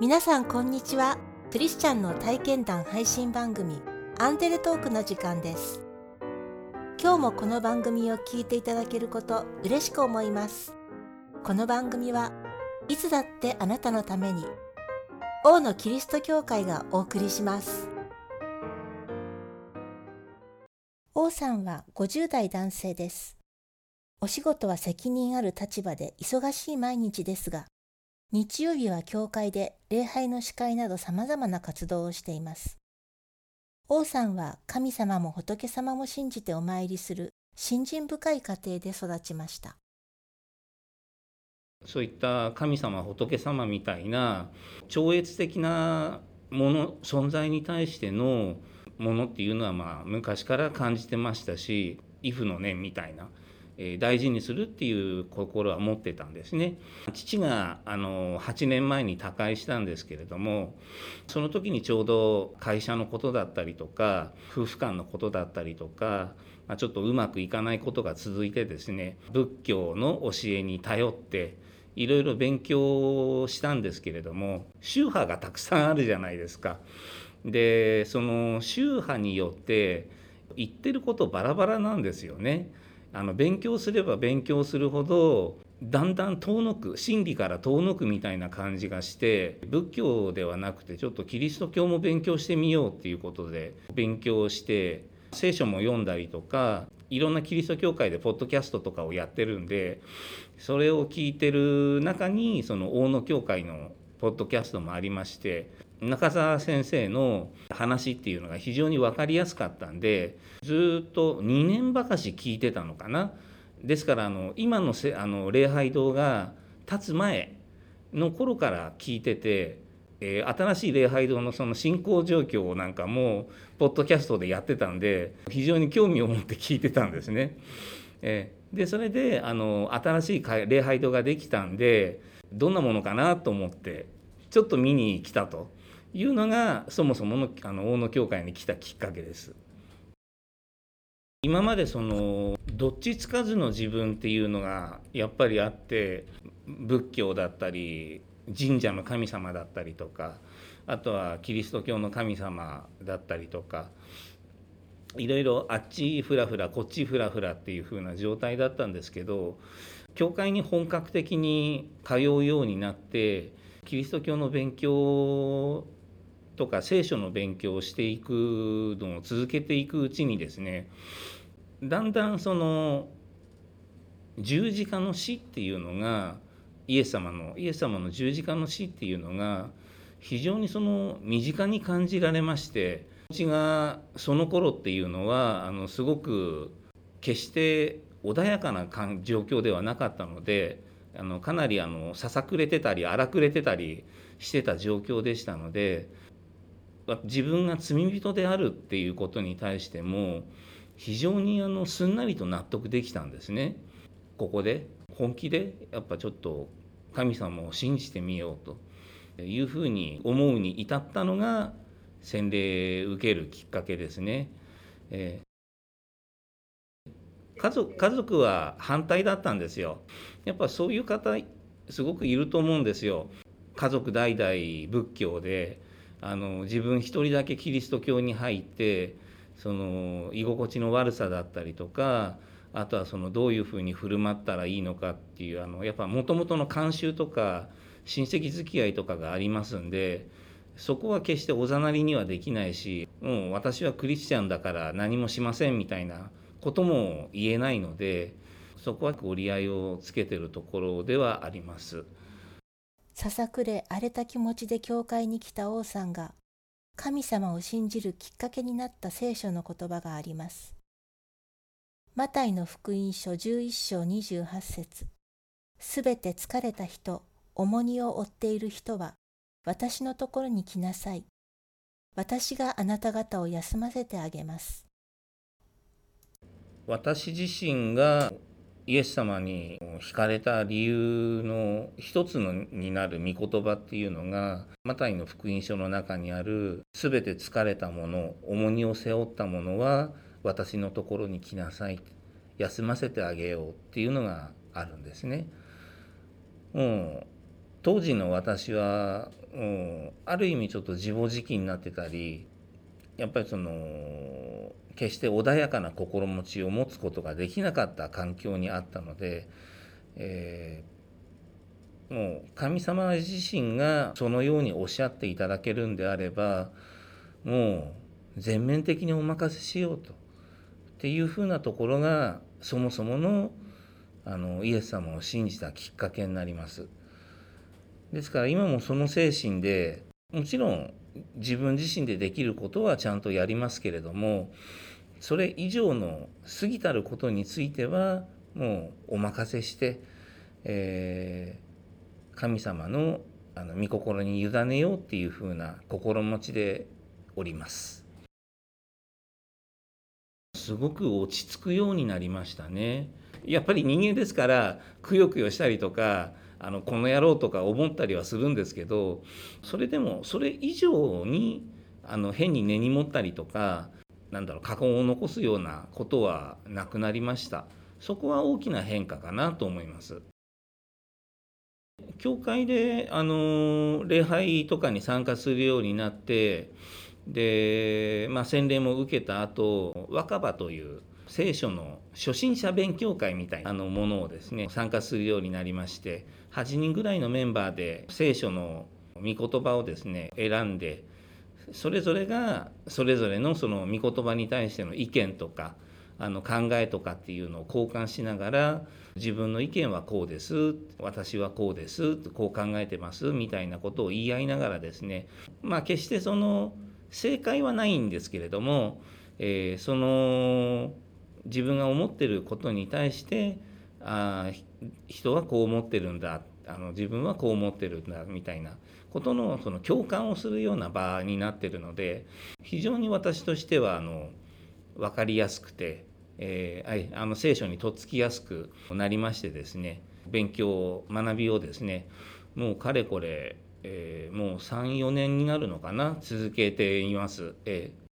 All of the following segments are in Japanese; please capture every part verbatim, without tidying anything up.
皆さんこんにちは。クリスチャンの体験談配信番組アンデルトークの時間です。今日もこの番組を聞いていただけること嬉しく思います。この番組はいつだってあなたのために王のキリスト教会がお送りします。王さんはごじゅう代男性です。お仕事は責任ある立場で忙しい毎日ですが、日曜日は教会で礼拝の司会など様々な活動をしています。王さんは神様も仏様も信じてお参りする信心深い家庭で育ちました。 そういった神様仏様みたいな超越的なもの存在に対してのものっていうのはまあ昔から感じてましたし、畏怖の念みたいな、えー大事にするっていう心は持ってたんですね。父があのはちねんまえに他界したんですけれども、その時にちょうど会社のことだったりとか夫婦間のことだったりとか、まあ、ちょっとうまくいかないことが続いてですね、仏教の教えに頼っていろいろ勉強したんですけれども、宗派がたくさんあるじゃないですか。でその宗派によって言ってることバラバラなんですよね。あの勉強すれば勉強するほどだんだん遠のく、真理から遠のくみたいな感じがして、仏教ではなくてちょっとキリスト教も勉強してみようっていうことで勉強して、聖書も読んだりとか、いろんなキリスト教会でポッドキャストとかをやってるんで、それを聞いてる中にその大野教会のポッドキャストもありまして、中澤先生の話っていうのが非常に分かりやすかったんで、ずっとにねんばかし聞いてたのかな。ですからあの今のせあの礼拝堂が建つ前の頃から聞いてて、えー新しい礼拝堂のその進行状況なんかもポッドキャストでやってたんで、非常に興味を持って聞いてたんですね。えーでそれであの新しい礼拝堂ができたんで、どんなものかなと思ってちょっと見に来たというのがそもそものあの大野教会に来たきっかけです。今までそのどっちつかずの自分っていうのがやっぱりあって、仏教だったり神社の神様だったりとか、あとはキリスト教の神様だったりとか、いろいろあっちフラフラこっちフラフラっていう風な状態だったんですけど、教会に本格的に通うようになって、キリスト教の勉強とか聖書の勉強をしていくのを続けていくうちにですね、だんだんその十字架の死っていうのが、イエス様のイエス様の十字架の死っていうのが非常にその身近に感じられまして、うちがその頃っていうのはあのすごく決して穏やかな状況ではなかったので、あのかなりあのささくれてたり荒くれてたりしてた状況でしたので、自分が罪人であるっていうことに対しても非常にあのすんなりと納得できたんですね。ここで本気でやっぱちょっと神様を信じてみようというふうに思うに至ったのが洗礼受けるきっかけですね。えー、家族家族は反対だったんですよ。やっぱそういう方すごくいると思うんですよ。家族代々仏教で、あの自分一人だけキリスト教に入って、その居心地の悪さだったりとか、あとはそのどういうふうに振る舞ったらいいのかっていう、あのやっぱもともとの慣習とか親戚付き合いとかがありますんで、そこは決しておざなりにはできないし、もう私はクリスチャンだから何もしませんみたいなことも言えないので、そこは折り合いをつけてるところではあります。 ささくれ荒れた気持ちで教会に来た王さんが神様を信じるきっかけになった聖書の言葉があります。マタイの福音書じゅういっ章にじゅうはち節。すべて疲れた人、重荷を負っている人は私のところに来なさい。私があなた方を休ませてあげます。 私自身がイエス様に惹かれた理由の一つのになる御言葉っていうのが、マタイの福音書の中にあるすべて疲れたもの、重荷を背負ったものは私のところに来なさい、休ませてあげようっていうのがあるんですね。もう当時の私はもうある意味ちょっと自暴自棄になってたり、やっぱりその決して穏やかな心持ちを持つことができなかった環境にあったので、えー、もう神様自身がそのようにおっしゃっていただけるんであれば、もう全面的にお任せしようとっていうふうなところがそもそものあのイエス様を信じたきっかけになります。ですから今もその精神で、もちろん自分自身でできることはちゃんとやりますけれども、それ以上の過ぎたることについてはもうお任せして、えー、神様のあの御心に委ねようっていうふうな心持ちでおります。すごく落ち着くようになりましたね。やっぱり人間ですからくよくよしたりとか、あのこの野郎とか思ったりはするんですけど、それでもそれ以上にあの変に根に持ったりとか、なんだろう、過言を残すようなことはなくなりました。そこは大きな変化かなと思います。教会であの礼拝とかに参加するようになって、で、まあ、洗礼も受けた後、若葉という聖書の初心者勉強会みたいなものをですね参加するようになりまして、はちにんぐらいのメンバーで聖書の御言葉をですね選んで、それぞれがそれぞれのその御言葉に対しての意見とかあの考えとかっていうのを交換しながら、自分の意見はこうです、私はこうです、こう考えてますみたいなことを言い合いながらですね、まあ決してその正解はないんですけれども、えー、その自分が思ってることに対して、あ人はこう思ってるんだ、あの自分はこう思ってるんだみたいなことのその共感をするような場になってるので、非常に私としてはあの分かりやすくて、えー、あの聖書にとっつきやすくなりましてですね、勉強学びをですねもうかれこれ、えー、もうさんよねんになるのかな、続けています。えー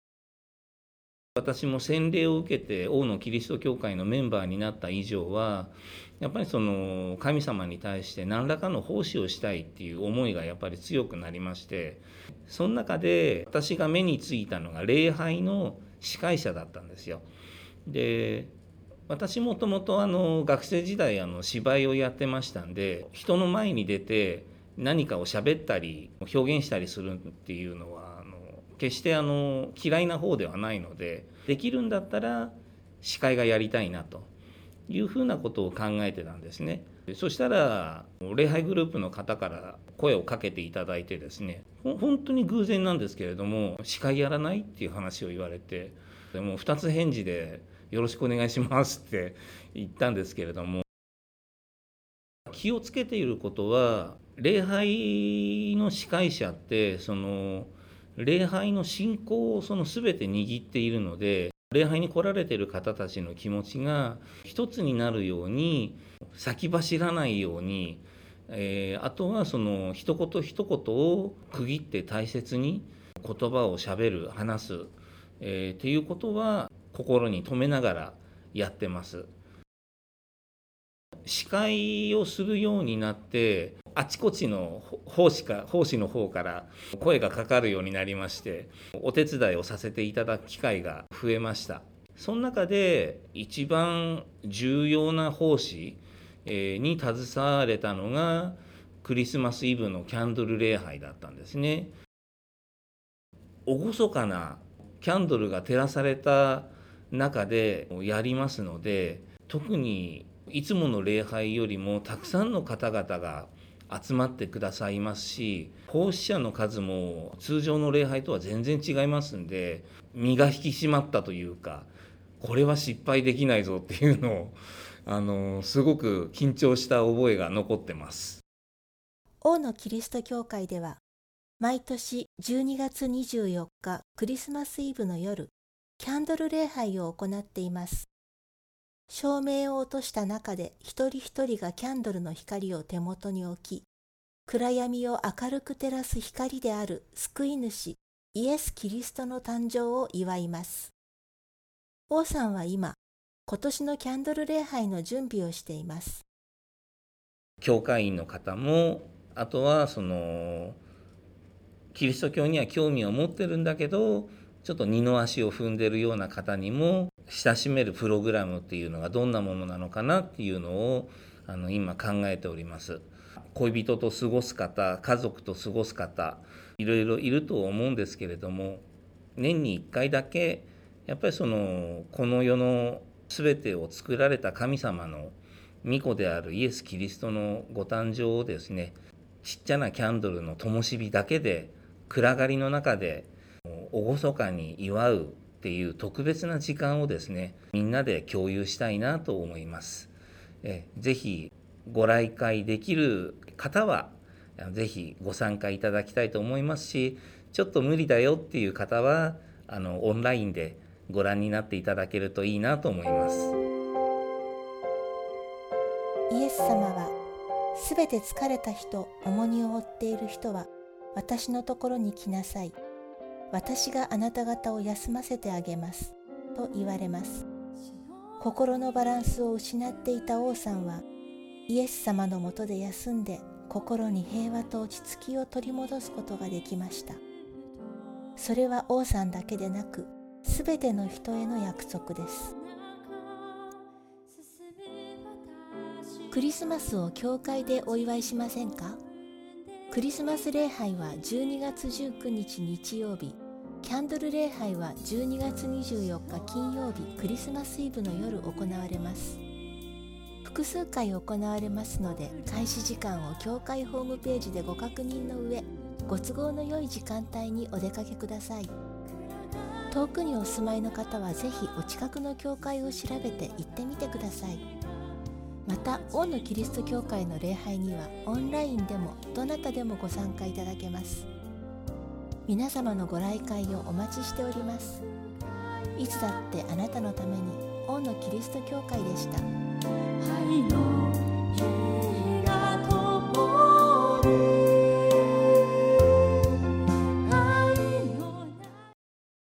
私も洗礼を受けて王のキリスト教会のメンバーになった以上は、やっぱりその神様に対して何らかの奉仕をしたいっていう思いがやっぱり強くなりまして、その中で私が目についたのが礼拝の司会者だったんですよ。で、私もともとあの学生時代あの芝居をやってましたんで、人の前に出て何かを喋ったり表現したりするっていうのは決してあの嫌いな方ではないので、できるんだったら司会がやりたいなというふうなことを考えてたんですね。そしたら礼拝グループの方から声をかけていただいてですね、本当に偶然なんですけれども司会やらないっていう話を言われて、でもふたつ返事でよろしくお願いしますって言ったんですけれども、気をつけていることは、礼拝の司会者ってその礼拝の信仰をその全て握っているので、礼拝に来られている方たちの気持ちが一つになるように、先走らないように、えー、あとはその一言一言を区切って大切に言葉をしゃべる、話す、えー、っていうことは心に留めながらやってます。司会をするようになって、あちこちの奉仕か奉仕の方から声がかかるようになりまして、お手伝いをさせていただく機会が増えました。その中で一番重要な奉仕に携われたのがクリスマスイブのキャンドル礼拝だったんですね。厳かなキャンドルが照らされた中でやりますので、特にいつもの礼拝よりもたくさんの方々が集まってくださいますし、奉仕者の数も通常の礼拝とは全然違いますんで、身が引き締まったというか、これは失敗できないぞっていうのをあのすごく緊張した覚えが残ってます。 王のキリスト教会では毎年じゅうにがつにじゅうよっかクリスマスイブの夜、キャンドル礼拝を行っています。照明を落とした中で一人一人がキャンドルの光を手元に置き、暗闇を明るく照らす光である救い主イエス・キリストの誕生を祝います。王さんは今、今年のキャンドル礼拝の準備をしています。 教会員の方もあとはそのキリスト教には興味を持ってるんだけどちょっと二の足を踏んでるような方にも親しめるプログラムっていうのがどんなものなのかなっていうのをあの今考えております。恋人と過ごす方、家族と過ごす方、いろいろいると思うんですけれども、年にいっかいだけやっぱりそのこの世の全てを作られた神様の御子であるイエス・キリストのご誕生をですね、ちっちゃなキャンドルの灯火だけで暗がりの中で厳かに祝うっていう特別な時間をですね、みんなで共有したいなと思います。えぜひご来会できる方はぜひご参加いただきたいと思いますし、ちょっと無理だよっていう方はあのオンラインでご覧になっていただけるといいなと思います。 イエス様は、すべて疲れた人、重荷を負っている人は私のところに来なさい。私があなた方を休ませてあげますと言われます。心のバランスを失っていた王さんはイエス様のもとで休んで心に平和と落ち着きを取り戻すことができました。それは王さんだけでなくすべての人への約束です。クリスマスを教会でお祝いしませんか？クリスマス礼拝はじゅうにがつじゅうくにち日曜日、キャンドル礼拝はじゅうにがつにじゅうよっか金曜日クリスマスイブの夜行われます。複数回行われますので、開始時間を教会ホームページでご確認の上、ご都合の良い時間帯にお出かけください。遠くにお住まいの方はぜひお近くの教会を調べて行ってみてください。また、王のキリスト教会の礼拝にはオンラインでもどなたでもご参加いただけます。皆様のご来会をお待ちしております。いつだってあなたのために王のキリスト教会でした。